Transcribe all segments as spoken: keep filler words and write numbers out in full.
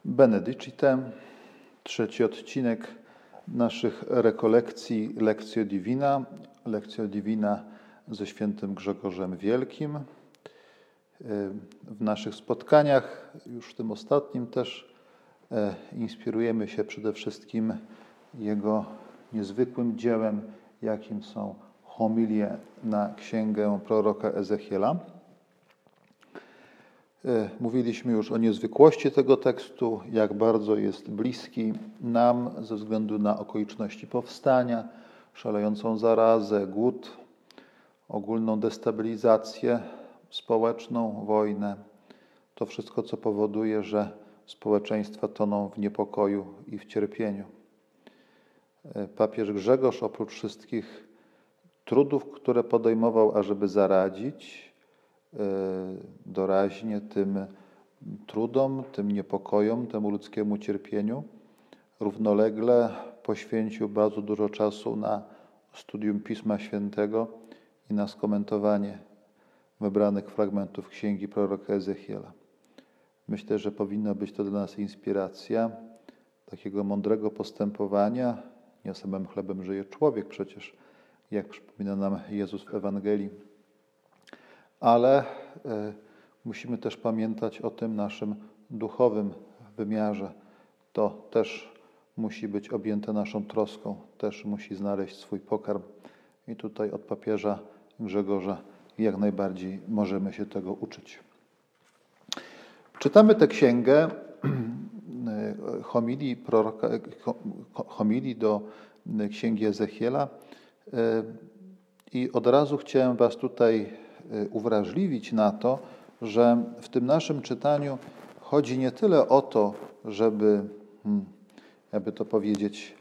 Benedicite, trzeci odcinek naszych rekolekcji Lectio Divina, Lectio Divina ze świętym Grzegorzem Wielkim. W naszych spotkaniach, już w tym ostatnim też, inspirujemy się przede wszystkim jego niezwykłym dziełem, jakim są homilie na księgę proroka Ezechiela. Mówiliśmy już o niezwykłości tego tekstu, jak bardzo jest bliski nam ze względu na okoliczności powstania, szalejącą zarazę, głód, ogólną destabilizację społeczną, wojnę. To wszystko, co powoduje, że społeczeństwa toną w niepokoju i w cierpieniu. Papież Grzegorz, oprócz wszystkich trudów, które podejmował, ażeby zaradzić doraźnie tym trudom, tym niepokojom, temu ludzkiemu cierpieniu, równolegle poświęcił bardzo dużo czasu na studium Pisma Świętego i na skomentowanie wybranych fragmentów księgi proroka Ezechiela. Myślę, że powinna być to dla nas inspiracja takiego mądrego postępowania. Nie samym chlebem żyje człowiek przecież, jak przypomina nam Jezus w Ewangelii. Ale y, musimy też pamiętać o tym naszym duchowym wymiarze. To też musi być objęte naszą troską, też musi znaleźć swój pokarm. I tutaj od papieża Grzegorza jak najbardziej możemy się tego uczyć. Czytamy tę księgę homilii, proroka, homilii do księgi Ezechiela i od razu chciałem Was tutaj uwrażliwić na to, że w tym naszym czytaniu chodzi nie tyle o to, żeby, jakby to powiedzieć,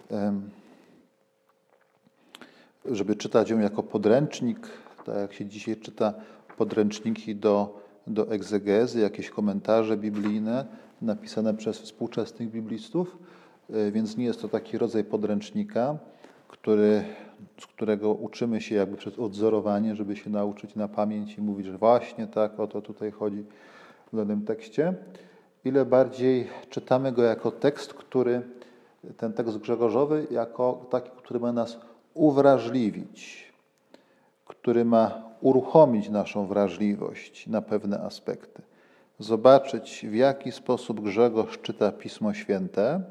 żeby czytać ją jako podręcznik, tak jak się dzisiaj czyta podręczniki do, do egzegezy, jakieś komentarze biblijne napisane przez współczesnych biblistów, więc nie jest to taki rodzaj podręcznika, który, z którego uczymy się jakby przez odzorowanie, żeby się nauczyć na pamięć i mówić, że właśnie tak, o to tutaj chodzi w danym tekście. Ile bardziej czytamy go jako tekst, który, ten tekst Grzegorzowy, jako taki, który ma nas uwrażliwić, który ma uruchomić naszą wrażliwość na pewne aspekty. Zobaczyć, w jaki sposób Grzegorz czyta Pismo Święte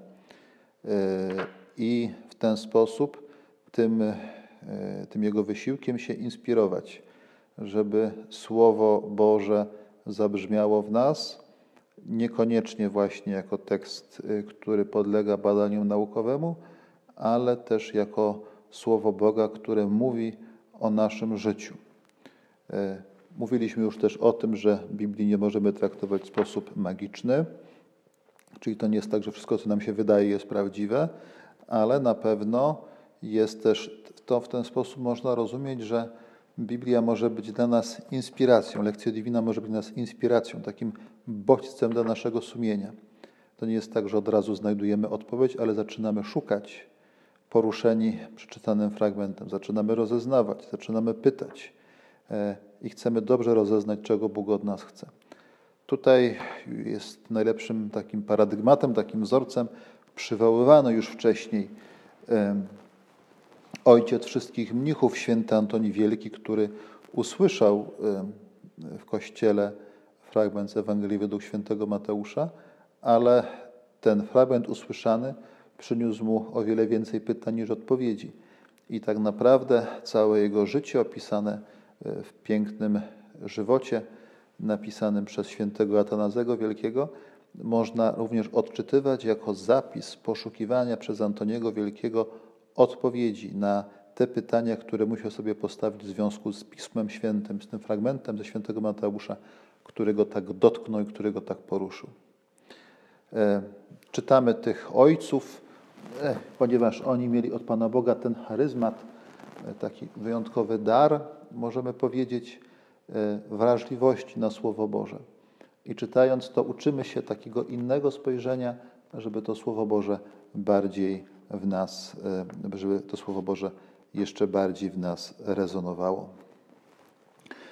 i w ten sposób tym, tym jego wysiłkiem się inspirować, żeby Słowo Boże zabrzmiało w nas, niekoniecznie właśnie jako tekst, który podlega badaniu naukowemu, ale też jako Słowo Boga, które mówi o naszym życiu. Mówiliśmy już też o tym, że Biblii nie możemy traktować w sposób magiczny, czyli to nie jest tak, że wszystko, co nam się wydaje, jest prawdziwe, ale na pewno jest też to w ten sposób można rozumieć, że Biblia może być dla nas inspiracją, Lectio Divina może być dla nas inspiracją, takim bodźcem dla naszego sumienia. To nie jest tak, że od razu znajdujemy odpowiedź, ale zaczynamy szukać, poruszeni przeczytanym fragmentem. Zaczynamy rozeznawać, zaczynamy pytać i chcemy dobrze rozeznać, czego Bóg od nas chce. Tutaj jest najlepszym takim paradygmatem, takim wzorcem przywoływany już wcześniej ojciec wszystkich mnichów, święty Antoni Wielki, który usłyszał w kościele fragment z Ewangelii według świętego Mateusza, ale ten fragment usłyszany przyniósł mu o wiele więcej pytań niż odpowiedzi. I tak naprawdę całe jego życie opisane w pięknym żywocie napisanym przez świętego Atanazego Wielkiego można również odczytywać jako zapis poszukiwania przez Antoniego Wielkiego odpowiedzi na te pytania, które musiał sobie postawić w związku z Pismem Świętym, z tym fragmentem ze świętego Mateusza, który go tak dotknął i który go tak poruszył. E, czytamy tych ojców, e, ponieważ oni mieli od Pana Boga ten charyzmat, e, taki wyjątkowy dar, możemy powiedzieć, e, wrażliwości na Słowo Boże. I czytając to uczymy się takiego innego spojrzenia, żeby to Słowo Boże bardziej w nas, żeby to Słowo Boże jeszcze bardziej w nas rezonowało.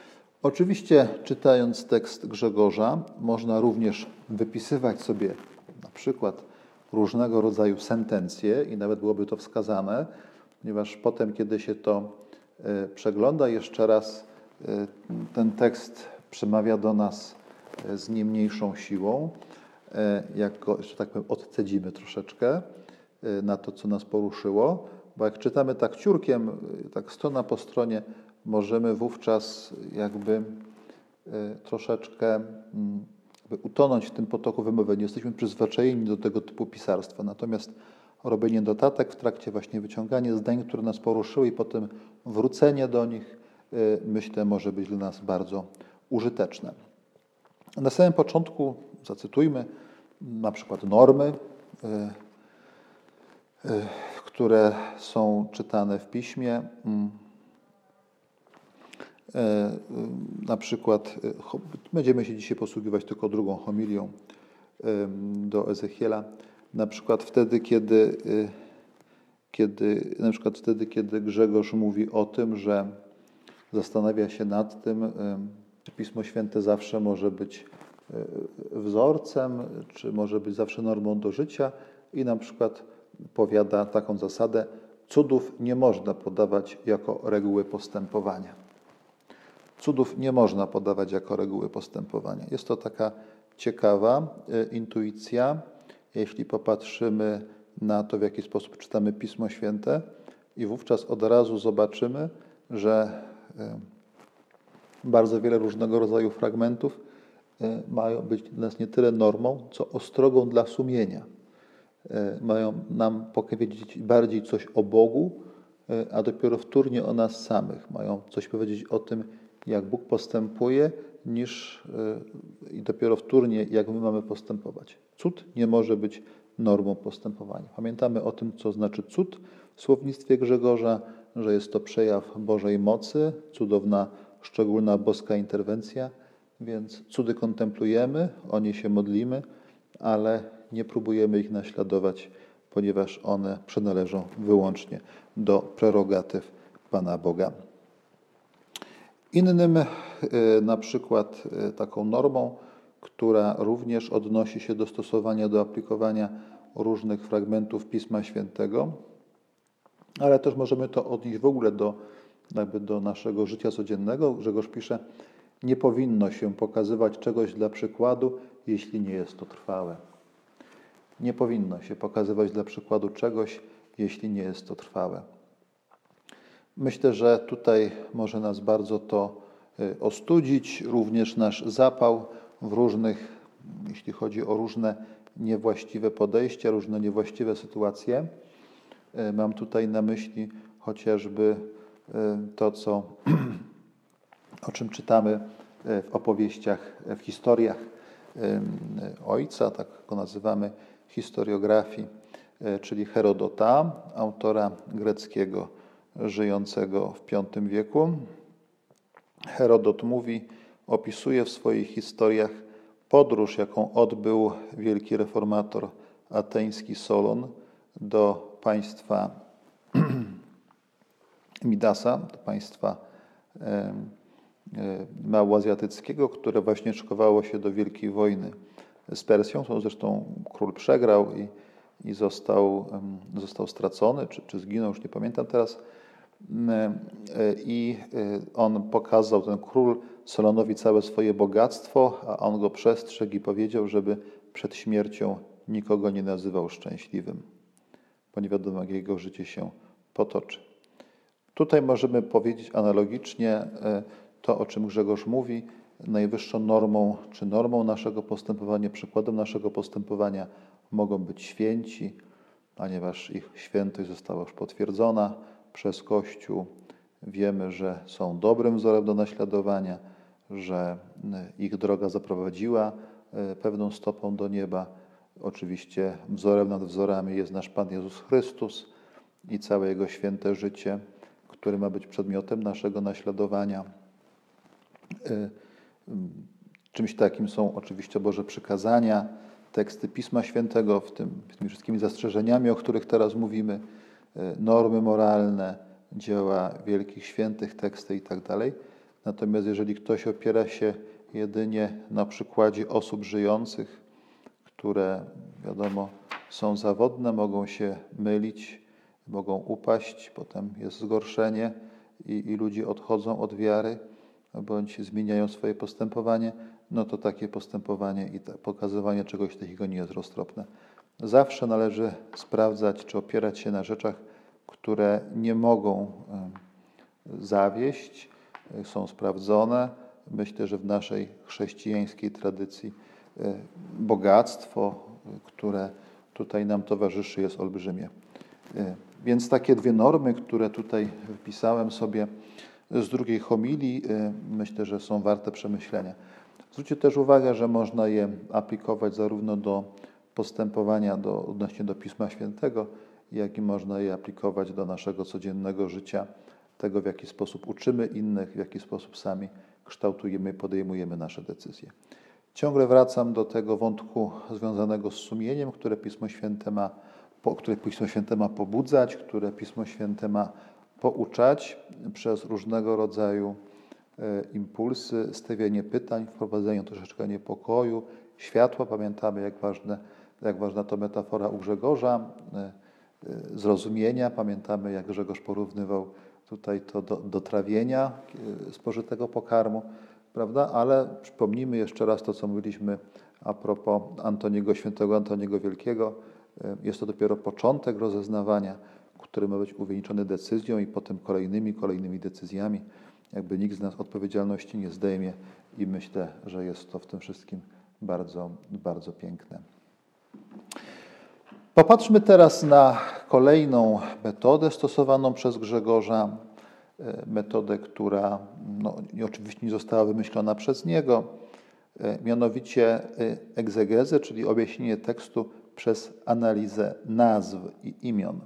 Oczywiście czytając tekst Grzegorza można również wypisywać sobie przykład różnego rodzaju sentencje i nawet byłoby to wskazane, ponieważ potem, kiedy się to przegląda jeszcze raz, ten tekst przemawia do nas z nie mniejszą siłą, jak go, że tak powiem, odcedzimy troszeczkę na to, co nas poruszyło, bo jak czytamy tak ciurkiem, tak strona po stronie, możemy wówczas jakby troszeczkę jakby utonąć w tym potoku wymowy. Nie jesteśmy przyzwyczajeni do tego typu pisarstwa. Natomiast robienie notatek w trakcie właśnie wyciągania zdań, które nas poruszyły i potem wrócenie do nich, myślę, może być dla nas bardzo użyteczne. Na samym początku zacytujmy na przykład normy, które są czytane w piśmie. Na przykład będziemy się dzisiaj posługiwać tylko drugą homilią do Ezechiela. Na przykład wtedy, kiedy, kiedy, na przykład wtedy, kiedy Grzegorz mówi o tym, że zastanawia się nad tym, czy Pismo Święte zawsze może być wzorcem, czy może być zawsze normą do życia i na przykład powiada taką zasadę: cudów nie można podawać jako reguły postępowania. Cudów nie można podawać jako reguły postępowania. Jest to taka ciekawa intuicja, jeśli popatrzymy na to, w jaki sposób czytamy Pismo Święte, i wówczas od razu zobaczymy, że bardzo wiele różnego rodzaju fragmentów mają być dla nas nie tyle normą, co ostrogą dla sumienia. Mają nam powiedzieć bardziej coś o Bogu, a dopiero wtórnie o nas samych. Mają coś powiedzieć o tym, jak Bóg postępuje, niż i dopiero wtórnie, jak my mamy postępować. Cud nie może być normą postępowania. Pamiętamy o tym, co znaczy cud w słownictwie Grzegorza, że jest to przejaw Bożej mocy, cudowna, szczególna boska interwencja, więc cudy kontemplujemy, o nie się modlimy, ale nie próbujemy ich naśladować, ponieważ one przynależą wyłącznie do prerogatyw Pana Boga. Innym na przykład taką normą, która również odnosi się do stosowania, do aplikowania różnych fragmentów Pisma Świętego, ale też możemy to odnieść w ogóle do, jakby do naszego życia codziennego. Grzegorz pisze: nie powinno się pokazywać czegoś dla przykładu, jeśli nie jest to trwałe. Nie powinno się pokazywać dla przykładu czegoś, jeśli nie jest to trwałe. Myślę, że tutaj może nas bardzo to ostudzić, również nasz zapał w różnych, jeśli chodzi o różne niewłaściwe podejścia, różne niewłaściwe sytuacje. Mam tutaj na myśli chociażby to, co, o czym czytamy w opowieściach, w historiach ojca, tak go nazywamy, historiografii, czyli Herodota, autora greckiego żyjącego w piątym wieku. Herodot mówi, opisuje w swoich historiach podróż, jaką odbył wielki reformator ateński Solon do państwa Midasa, do państwa małoazjatyckiego, które właśnie szykowało się do wielkiej wojny z Persją. To zresztą król przegrał i, i został, został stracony, czy, czy zginął, już nie pamiętam teraz. I on pokazał, ten król, Solonowi całe swoje bogactwo, a on go przestrzegł i powiedział, żeby przed śmiercią nikogo nie nazywał szczęśliwym, bo nie wiadomo, jak jego życie się potoczy. Tutaj możemy powiedzieć analogicznie to, o czym Grzegorz mówi, najwyższą normą, czy normą naszego postępowania, przykładem naszego postępowania mogą być święci, ponieważ ich świętość została już potwierdzona przez Kościół. Wiemy, że są dobrym wzorem do naśladowania, że ich droga zaprowadziła pewną stopą do nieba. Oczywiście wzorem nad wzorami jest nasz Pan Jezus Chrystus i całe Jego święte życie, które ma być przedmiotem naszego naśladowania. Czymś takim są oczywiście Boże przykazania, teksty Pisma Świętego, w tym tymi wszystkimi zastrzeżeniami, o których teraz mówimy, normy moralne, dzieła wielkich świętych, teksty i tak dalej. Natomiast jeżeli ktoś opiera się jedynie na przykładzie osób żyjących, które wiadomo są zawodne, mogą się mylić, mogą upaść, potem jest zgorszenie i, i ludzie odchodzą od wiary, bądź zmieniają swoje postępowanie, no to takie postępowanie i pokazywanie czegoś takiego nie jest roztropne. Zawsze należy sprawdzać, czy opierać się na rzeczach, które nie mogą zawieść, są sprawdzone. Myślę, że w naszej chrześcijańskiej tradycji bogactwo, które tutaj nam towarzyszy, jest olbrzymie. Więc takie dwie normy, które tutaj wypisałem sobie z drugiej homilii, myślę, że są warte przemyślenia. Zwróćcie też uwagę, że można je aplikować zarówno do postępowania do, odnośnie do Pisma Świętego, jak i można je aplikować do naszego codziennego życia, tego w jaki sposób uczymy innych, w jaki sposób sami kształtujemy, podejmujemy nasze decyzje. Ciągle wracam do tego wątku związanego z sumieniem, które Pismo Święte ma, po, które Pismo Święte ma pobudzać, które Pismo Święte ma pouczać przez różnego rodzaju e, impulsy, stawianie pytań, wprowadzenie troszeczkę niepokoju, światła. Pamiętamy, jak, ważne, jak ważna to metafora u Grzegorza, e, e, zrozumienia. Pamiętamy, jak Grzegorz porównywał tutaj to do, do trawienia e, spożytego pokarmu, prawda? Ale przypomnijmy jeszcze raz to, co mówiliśmy a propos Antoniego, świętego Antoniego Wielkiego. E, jest to dopiero początek rozeznawania, który ma być uwieńczony decyzją i potem kolejnymi, kolejnymi decyzjami. Jakby nikt z nas odpowiedzialności nie zdejmie i myślę, że jest to w tym wszystkim bardzo, bardzo piękne. Popatrzmy teraz na kolejną metodę stosowaną przez Grzegorza. Metodę, która no, oczywiście nie została wymyślona przez niego, mianowicie egzegezę, czyli objaśnienie tekstu przez analizę nazw i imion.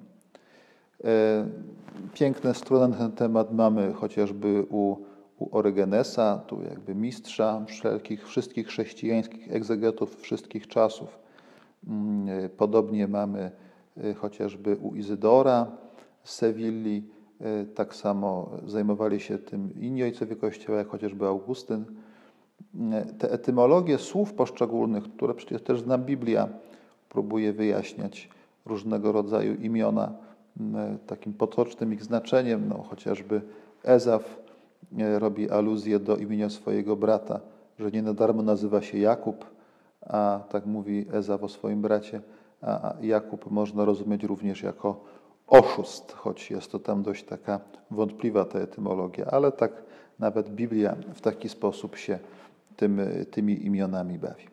Piękne strony na ten temat mamy chociażby u, u Orygenesa, tu jakby mistrza wszelkich, wszystkich chrześcijańskich egzegetów wszystkich czasów. Podobnie mamy chociażby u Izydora z Sewilli, tak samo zajmowali się tym inni ojcowie Kościoła, jak chociażby Augustyn. Te etymologie słów poszczególnych, które przecież też zna Biblia, próbuje wyjaśniać różnego rodzaju imiona, takim potocznym ich znaczeniem, no, chociażby Ezaf robi aluzję do imienia swojego brata, że nie na darmo nazywa się Jakub, a tak mówi Ezaf o swoim bracie, a Jakub można rozumieć również jako oszust, choć jest to tam dość taka wątpliwa ta etymologia, ale tak nawet Biblia w taki sposób się tym, tymi imionami bawi.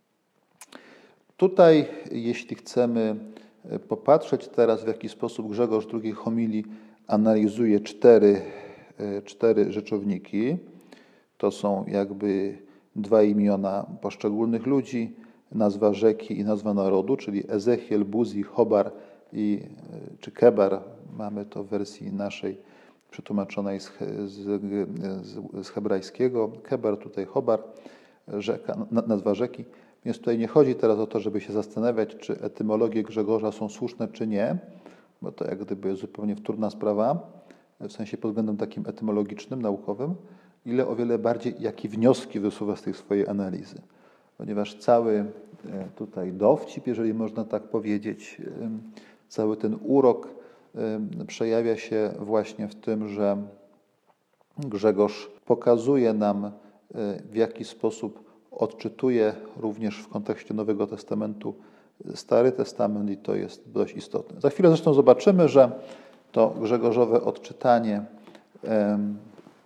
Tutaj, jeśli chcemy popatrzeć teraz, w jaki sposób Grzegorz drugiej homilii analizuje cztery, cztery rzeczowniki. To są jakby dwa imiona poszczególnych ludzi, nazwa rzeki i nazwa narodu, czyli Ezechiel, Buzi, Chobar i, czy Kebar. Mamy to w wersji naszej przetłumaczonej z, z, z hebrajskiego. Kebar, tutaj Chobar, rzeka, nazwa rzeki. Więc tutaj nie chodzi teraz o to, żeby się zastanawiać, czy etymologie Grzegorza są słuszne, czy nie, bo to jak gdyby jest zupełnie wtórna sprawa, w sensie pod względem takim etymologicznym, naukowym, ile o wiele bardziej, jakie wnioski wysuwa z tej swojej analizy. Ponieważ cały tutaj dowcip, jeżeli można tak powiedzieć, cały ten urok przejawia się właśnie w tym, że Grzegorz pokazuje nam, w jaki sposób odczytuje również w kontekście Nowego Testamentu Stary Testament i to jest dość istotne. Za chwilę zresztą zobaczymy, że to Grzegorzowe odczytanie em,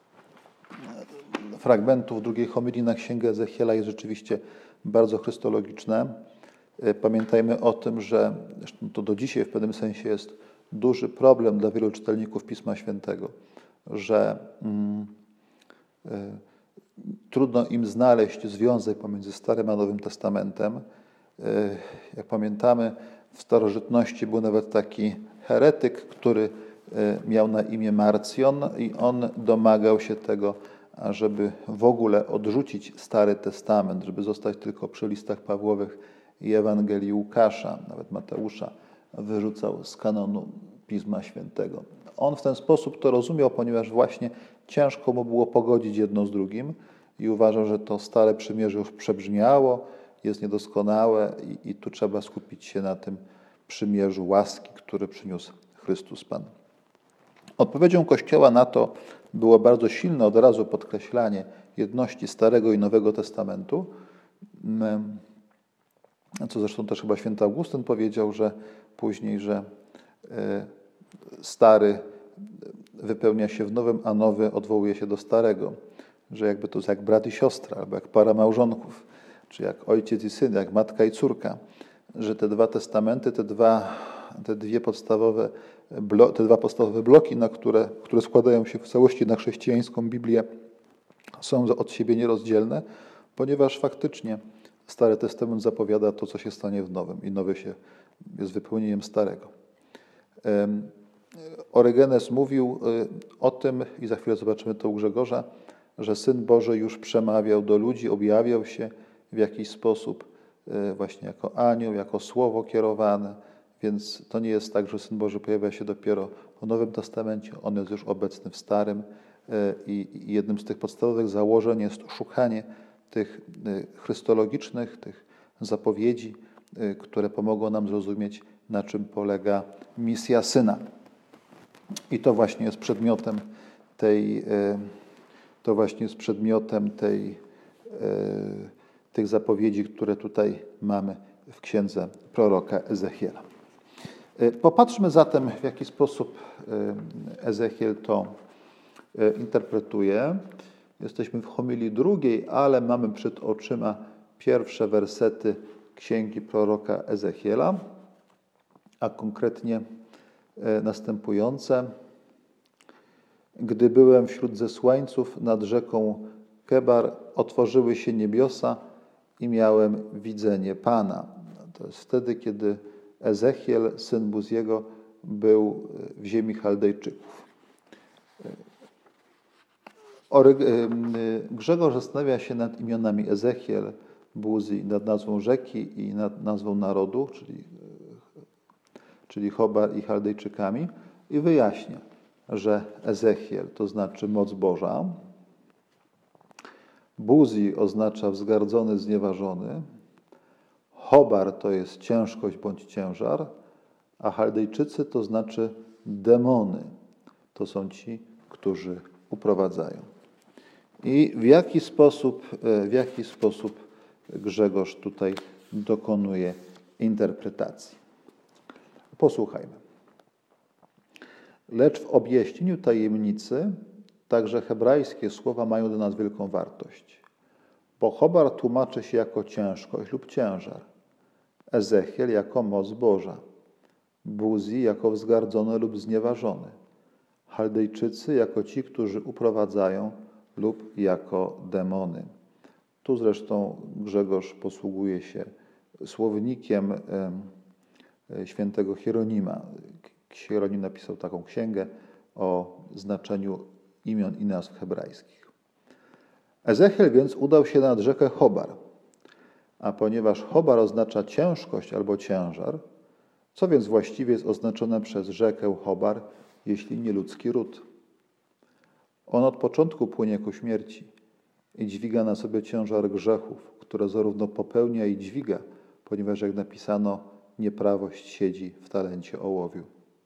fragmentów drugiej homilii na Księgę Ezechiela jest rzeczywiście bardzo chrystologiczne. Pamiętajmy o tym, że zresztą to do dzisiaj w pewnym sensie jest duży problem dla wielu czytelników Pisma Świętego, że mm, y, trudno im znaleźć związek pomiędzy Starym a Nowym Testamentem. Jak pamiętamy, w starożytności był nawet taki heretyk, który miał na imię Marcjon i on domagał się tego, ażeby w ogóle odrzucić Stary Testament, żeby zostać tylko przy listach Pawłowych i Ewangelii Łukasza, nawet Mateusza, wyrzucał z kanonu Pisma Świętego. On w ten sposób to rozumiał, ponieważ właśnie ciężko mu było pogodzić jedno z drugim i uważał, że to Stare Przymierze już przebrzmiało jest niedoskonałe i, i tu trzeba skupić się na tym przymierzu łaski, który przyniósł Chrystus Pan. Odpowiedzią Kościoła na to było bardzo silne od razu podkreślanie jedności Starego i Nowego Testamentu, co zresztą też chyba święty Augustyn powiedział, że później, że Stary wypełnia się w Nowym, a Nowy odwołuje się do Starego, że jakby to jest jak brat i siostra, albo jak para małżonków, czy jak ojciec i syn, jak matka i córka, że te dwa testamenty, te dwa, te dwie podstawowe, te dwa podstawowe bloki, na które, które składają się w całości na chrześcijańską Biblię, są od siebie nierozdzielne, ponieważ faktycznie Stary Testament zapowiada to, co się stanie w Nowym i Nowy się jest wypełnieniem Starego. Orygenes mówił o tym, i za chwilę zobaczymy to u Grzegorza, że Syn Boży już przemawiał do ludzi, objawiał się w jakiś sposób właśnie jako anioł, jako słowo kierowane, więc to nie jest tak, że Syn Boży pojawia się dopiero w Nowym Testamencie, on jest już obecny w Starym i jednym z tych podstawowych założeń jest szukanie tych chrystologicznych, tych zapowiedzi, które pomogą nam zrozumieć, na czym polega misja Syna. I to właśnie jest przedmiotem tej, to właśnie jest przedmiotem tej, tych zapowiedzi, które tutaj mamy w księdze proroka Ezechiela. Popatrzmy zatem, w jaki sposób Ezechiel to interpretuje. Jesteśmy w homilii drugiej, ale mamy przed oczyma pierwsze wersety księgi proroka Ezechiela, a konkretnie następujące. Gdy byłem wśród zesłańców nad rzeką Kebar, otworzyły się niebiosa i miałem widzenie Pana. To jest wtedy, kiedy Ezechiel, syn Buziego, był w ziemi Chaldejczyków. Grzegorz zastanawia się nad imionami Ezechiel, Buzi, nad nazwą rzeki i nad nazwą narodu, czyli, czyli Chobar i Chaldejczykami, i wyjaśnia, że Ezechiel to znaczy moc Boża, Buzi oznacza wzgardzony, znieważony, Chobar to jest ciężkość bądź ciężar, a Chaldejczycy to znaczy demony. To są ci, którzy uprowadzają. I w jaki sposób, w jaki sposób Grzegorz tutaj dokonuje interpretacji. Posłuchajmy. Lecz w objaśnieniu tajemnicy także hebrajskie słowa mają do nas wielką wartość. Bo Chobar tłumaczy się jako ciężkość lub ciężar, Ezechiel jako moc Boża, Buzi jako wzgardzony lub znieważony, Chaldejczycy jako ci, którzy uprowadzają lub jako demony. Tu zresztą Grzegorz posługuje się słownikiem świętego Hieronima. Hieronim napisał taką księgę o znaczeniu imion i nazw hebrajskich. Ezechiel więc udał się nad rzekę Chobar, a ponieważ Chobar oznacza ciężkość albo ciężar, co więc właściwie jest oznaczone przez rzekę Chobar, jeśli nie ludzki ród? On od początku płynie ku śmierci i dźwiga na sobie ciężar grzechów, które zarówno popełnia i dźwiga, ponieważ jak napisano, nieprawość siedzi w talencie ołowiu.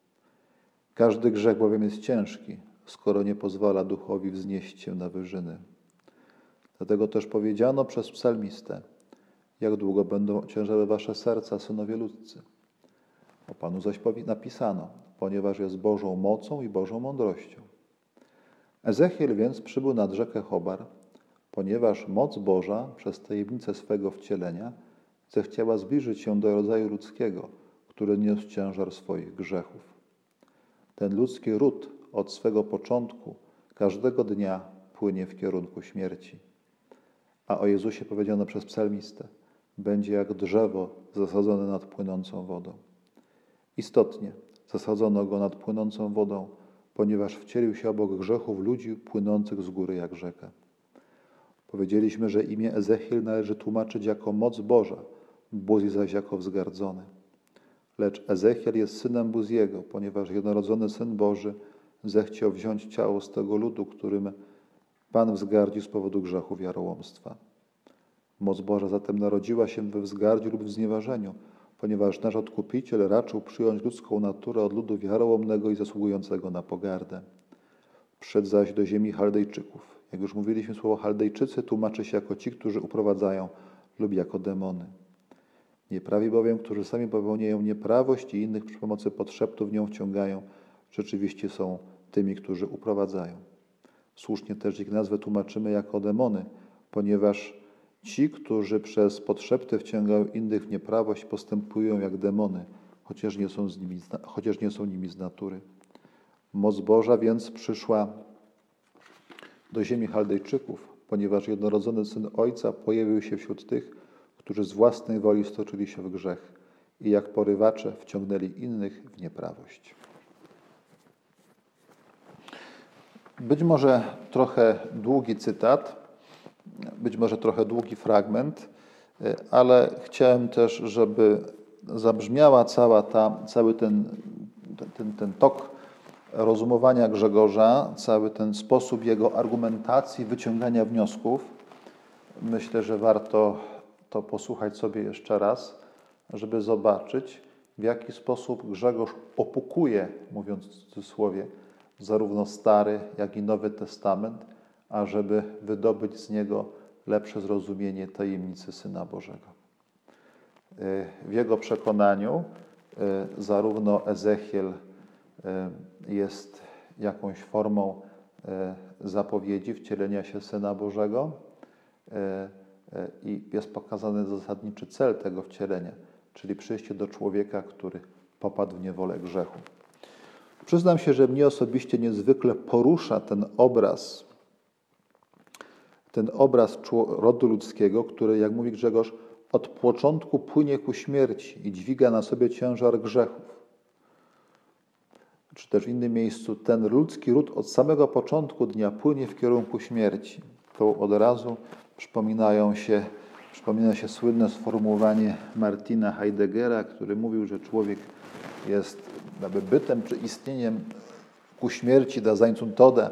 Każdy grzech bowiem jest ciężki, skoro nie pozwala duchowi wznieść się na wyżyny. Dlatego też powiedziano przez psalmistę, jak długo będą ciężały wasze serca, synowie ludzcy. O Panu zaś napisano, ponieważ jest Bożą mocą i Bożą mądrością. Ezechiel więc przybył nad rzekę Chobar, ponieważ moc Boża przez tajemnicę swego wcielenia zechciała zbliżyć się do rodzaju ludzkiego, który niósł ciężar swoich grzechów. Ten ludzki ród od swego początku każdego dnia płynie w kierunku śmierci. A o Jezusie powiedziano przez psalmistę, będzie jak drzewo zasadzone nad płynącą wodą. Istotnie, zasadzono go nad płynącą wodą, ponieważ wcielił się obok grzechów ludzi płynących z góry jak rzeka. Powiedzieliśmy, że imię Ezechiel należy tłumaczyć jako moc Boża, Buzi zaś jako wzgardzony. Lecz Ezechiel jest synem Buziego, ponieważ jednorodzony Syn Boży zechciał wziąć ciało z tego ludu, którym Pan wzgardził z powodu grzechów jarołomstwa. Moc Boża zatem narodziła się we wzgardziu lub w znieważeniu, ponieważ nasz Odkupiciel raczył przyjąć ludzką naturę od ludu wiarołomnego i zasługującego na pogardę. Przyszedł zaś do ziemi Chaldejczyków. Jak już mówiliśmy, słowo Chaldejczycy tłumaczy się jako ci, którzy uprowadzają lub jako demony. Nieprawi bowiem, którzy sami popełniają nieprawość i innych przy pomocy podszeptu w nią wciągają, rzeczywiście są tymi, którzy uprowadzają. Słusznie też ich nazwę tłumaczymy jako demony, ponieważ ci, którzy przez podszepty wciągają innych w nieprawość, postępują jak demony, chociaż nie są, z nimi, chociaż nie są nimi z natury. Moc Boża więc przyszła do ziemi Chaldejczyków, ponieważ jednorodzony Syn Ojca pojawił się wśród tych, którzy z własnej woli stoczyli się w grzech i jak porywacze wciągnęli innych w nieprawość. Być może trochę długi cytat, być może trochę długi fragment, ale chciałem też, żeby zabrzmiała cała ta, cały ten, ten, ten tok rozumowania Grzegorza, cały ten sposób jego argumentacji, wyciągania wniosków. Myślę, że warto to posłuchać sobie jeszcze raz, żeby zobaczyć, w jaki sposób Grzegorz opukuje, mówiąc w cudzysłowie, zarówno Stary, jak i Nowy Testament, ażeby wydobyć z niego lepsze zrozumienie tajemnicy Syna Bożego. W jego przekonaniu zarówno Ezechiel jest jakąś formą zapowiedzi wcielenia się Syna Bożego i jest pokazany zasadniczy cel tego wcielenia, czyli przyjście do człowieka, który popadł w niewolę grzechu. Przyznam się, że mnie osobiście niezwykle porusza ten obraz, ten obraz rodu ludzkiego, który, jak mówi Grzegorz, od początku płynie ku śmierci i dźwiga na sobie ciężar grzechów. Czy też w innym miejscu, ten ludzki ród od samego początku dnia płynie w kierunku śmierci. To od razu przypominają się, przypomina się słynne sformułowanie Martina Heideggera, który mówił, że człowiek jest jakby bytem czy istnieniem ku śmierci, da sein zum Tode.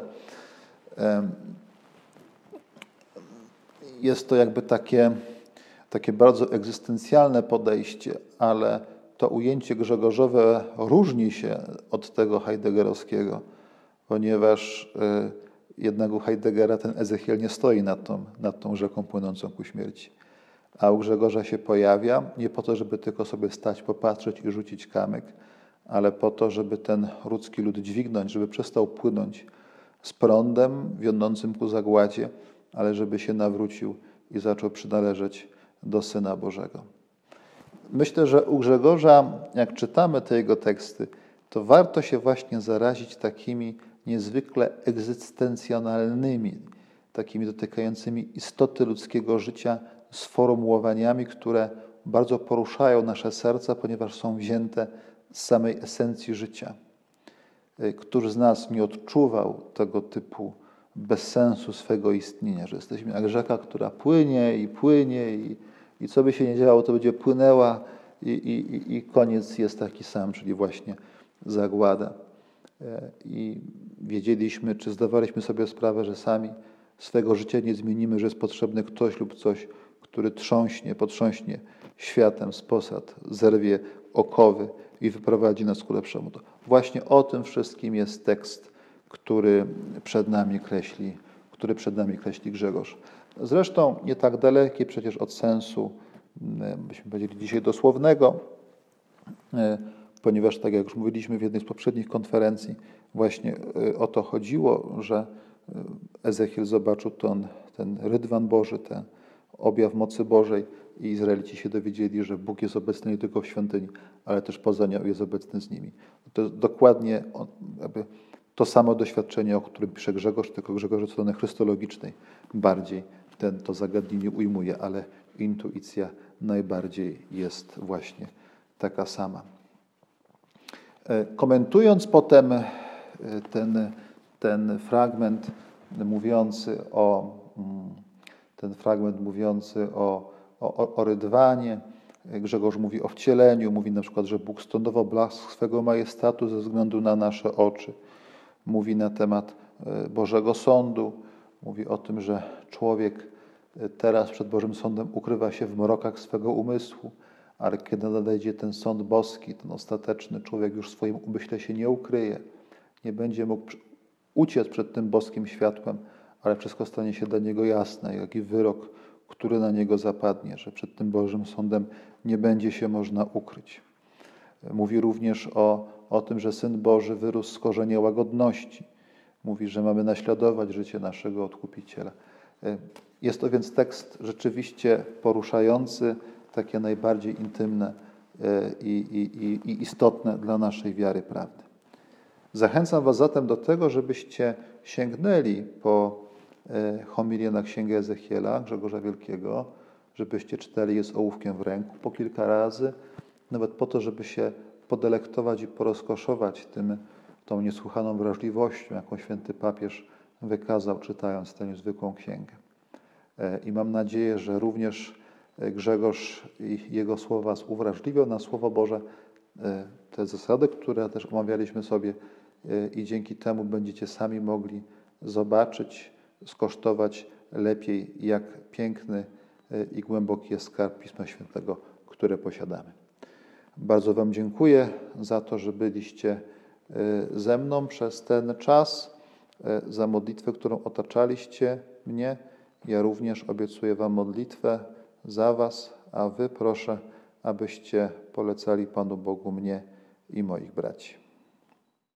Jest to jakby takie, takie bardzo egzystencjalne podejście, ale to ujęcie grzegorzowe różni się od tego heideggerowskiego, ponieważ jednak u Heideggera ten Ezechiel nie stoi nad tą, nad tą rzeką płynącą ku śmierci. A u Grzegorza się pojawia nie po to, żeby tylko sobie stać, popatrzeć i rzucić kamyk, ale po to, żeby ten ludzki lud dźwignąć, żeby przestał płynąć z prądem wiodącym ku zagładzie, ale żeby się nawrócił i zaczął przynależeć do Syna Bożego. Myślę, że u Grzegorza, jak czytamy te jego teksty, to warto się właśnie zarazić takimi niezwykle egzystencjonalnymi, takimi dotykającymi istoty ludzkiego życia sformułowaniami, które bardzo poruszają nasze serca, ponieważ są wzięte z samej esencji życia. Któż z nas nie odczuwał tego typu bezsensu swego istnienia, że jesteśmy jak rzeka, która płynie i płynie i, i co by się nie działo, to będzie płynęła i, i, i koniec jest taki sam, czyli właśnie zagłada. I wiedzieliśmy, czy zdawaliśmy sobie sprawę, że sami swego życia nie zmienimy, że jest potrzebny ktoś lub coś, który trząśnie, potrząśnie światem z posad, zerwie okowy i wyprowadzi nas ku lepszemu. To właśnie o tym wszystkim jest tekst, który przed nami kreśli, który przed nami kreśli Grzegorz. Zresztą nie tak daleki przecież od sensu, byśmy powiedzieli dzisiaj dosłownego, ponieważ tak jak już mówiliśmy w jednej z poprzednich konferencji, właśnie o to chodziło, że Ezechiel zobaczył ten, ten rydwan Boży, ten objaw mocy Bożej i Izraelici się dowiedzieli, że Bóg jest obecny nie tylko w świątyni, ale też poza nią jest obecny z nimi. To jest dokładnie jakby to samo doświadczenie, o którym pisze Grzegorz, tylko Grzegorz od strony chrystologicznej bardziej ten, to zagadnienie ujmuje, ale intuicja najbardziej jest właśnie taka sama. Komentując potem ten, ten fragment mówiący o ten fragment mówiący o, o, o rydwanie, Grzegorz mówi o wcieleniu, mówi na przykład, że Bóg stądował blask swego majestatu ze względu na nasze oczy. Mówi na temat Bożego Sądu, mówi o tym, że człowiek teraz przed Bożym Sądem ukrywa się w mrokach swego umysłu, ale kiedy nadejdzie ten sąd boski, ten ostateczny, człowiek już w swoim umyśle się nie ukryje, nie będzie mógł uciec przed tym boskim światłem, ale wszystko stanie się dla niego jasne, jak i wyrok, który na niego zapadnie, że przed tym Bożym Sądem nie będzie się można ukryć. Mówi również o, o tym, że Syn Boży wyrósł z korzenia łagodności. Mówi, że mamy naśladować życie naszego Odkupiciela. Jest to więc tekst rzeczywiście poruszający, takie najbardziej intymne i, i, i, i istotne dla naszej wiary prawdy. Zachęcam was zatem do tego, żebyście sięgnęli po homilię na Księgę Ezechiela, Grzegorza Wielkiego, żebyście czytali je z ołówkiem w ręku po kilka razy, nawet po to, żeby się podelektować i porozkoszować tym, tą niesłychaną wrażliwością, jaką święty papież wykazał, czytając tę niezwykłą księgę. I mam nadzieję, że również Grzegorz i jego słowa was uwrażliwią na Słowo Boże, te zasady, które też omawialiśmy sobie, i dzięki temu będziecie sami mogli zobaczyć, skosztować lepiej, jak piękny i głęboki jest skarb Pisma Świętego, które posiadamy. Bardzo wam dziękuję za to, że byliście ze mną przez ten czas, za modlitwę, którą otaczaliście mnie. Ja również obiecuję wam modlitwę za was, a wy proszę, abyście polecali Panu Bogu mnie i moich braci.